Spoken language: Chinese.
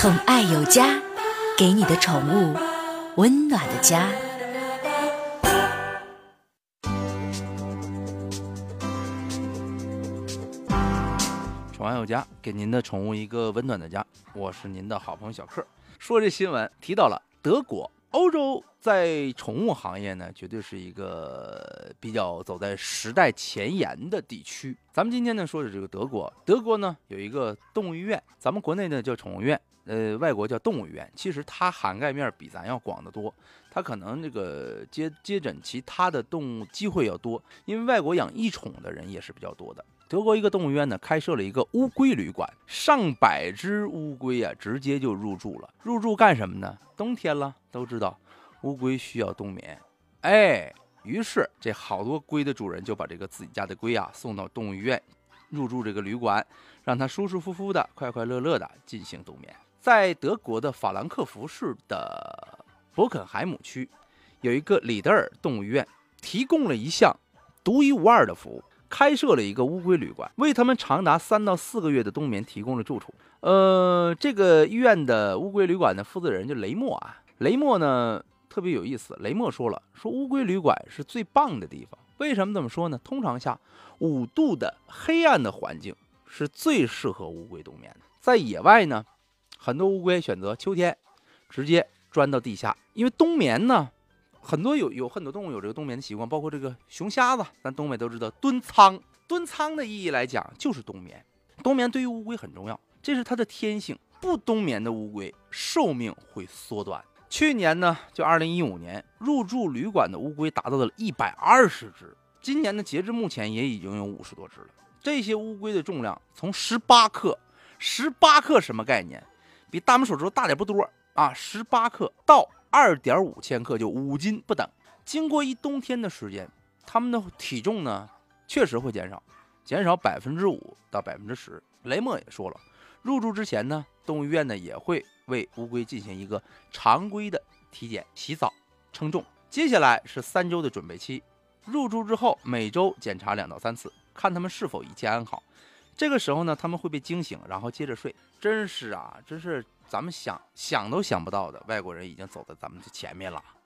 宠爱有家，给你的宠物温暖的家。 宠爱有家，给您的宠物一个温暖的家。我是您的好朋友小克。说这新闻提到了德国，欧洲在宠物行业呢，绝对是一个比较走在时代前沿的地区。咱们今天呢说的这个德国，德国呢有一个动物医院，咱们国内呢叫宠物医院，外国叫动物医院。其实它涵盖面比咱要广得多，它可能这个接诊其他的动物机会要多，因为外国养异宠的人也是比较多的。德国一个动物医院呢，开设了一个乌龟旅馆，上百只乌龟啊，直接就入住了。入住干什么呢？冬天了，都知道乌龟需要冬眠，于是这好多龟的主人就把这个自己家的龟啊送到动物医院，入住这个旅馆，让它舒舒服服的、快快乐乐的进行冬眠。在德国的法兰克福市的伯肯海姆区，有一个里德尔动物医院，提供了一项独一无二的服务。开设了一个乌龟旅馆，为他们长达3到4个月的冬眠提供了住处。这个医院的乌龟旅馆的负责人就雷默啊，雷默呢特别有意思。雷默说乌龟旅馆是最棒的地方。为什么这么说呢？通常下5度的黑暗的环境是最适合乌龟冬眠的。在野外呢，很多乌龟选择秋天直接钻到地下，因为冬眠呢。很多有很多动物有这个冬眠的习惯，包括这个熊瞎子，咱东北都知道蹲仓。蹲仓的意义来讲，就是冬眠。冬眠对于乌龟很重要，这是它的天性。不冬眠的乌龟寿命会缩短。去年呢，就2015年，入住旅馆的乌龟达到了120只。今年的截至目前也已经有50多只了。这些乌龟的重量从18克，18克什么概念？比大拇手指头大点不多啊，18克到2.5千克，就5斤不等。经过一冬天的时间，它们的体重呢确实会减少5%到10%。雷默也说了，入住之前呢，动物医院呢也会为乌龟进行一个常规的体检、洗澡、称重。接下来是3周的准备期，入住之后每周检查2到3次，看他们是否一切安好。这个时候呢，他们会被惊醒，然后接着睡。真是咱们想都想不到的，外国人已经走在咱们的前面了。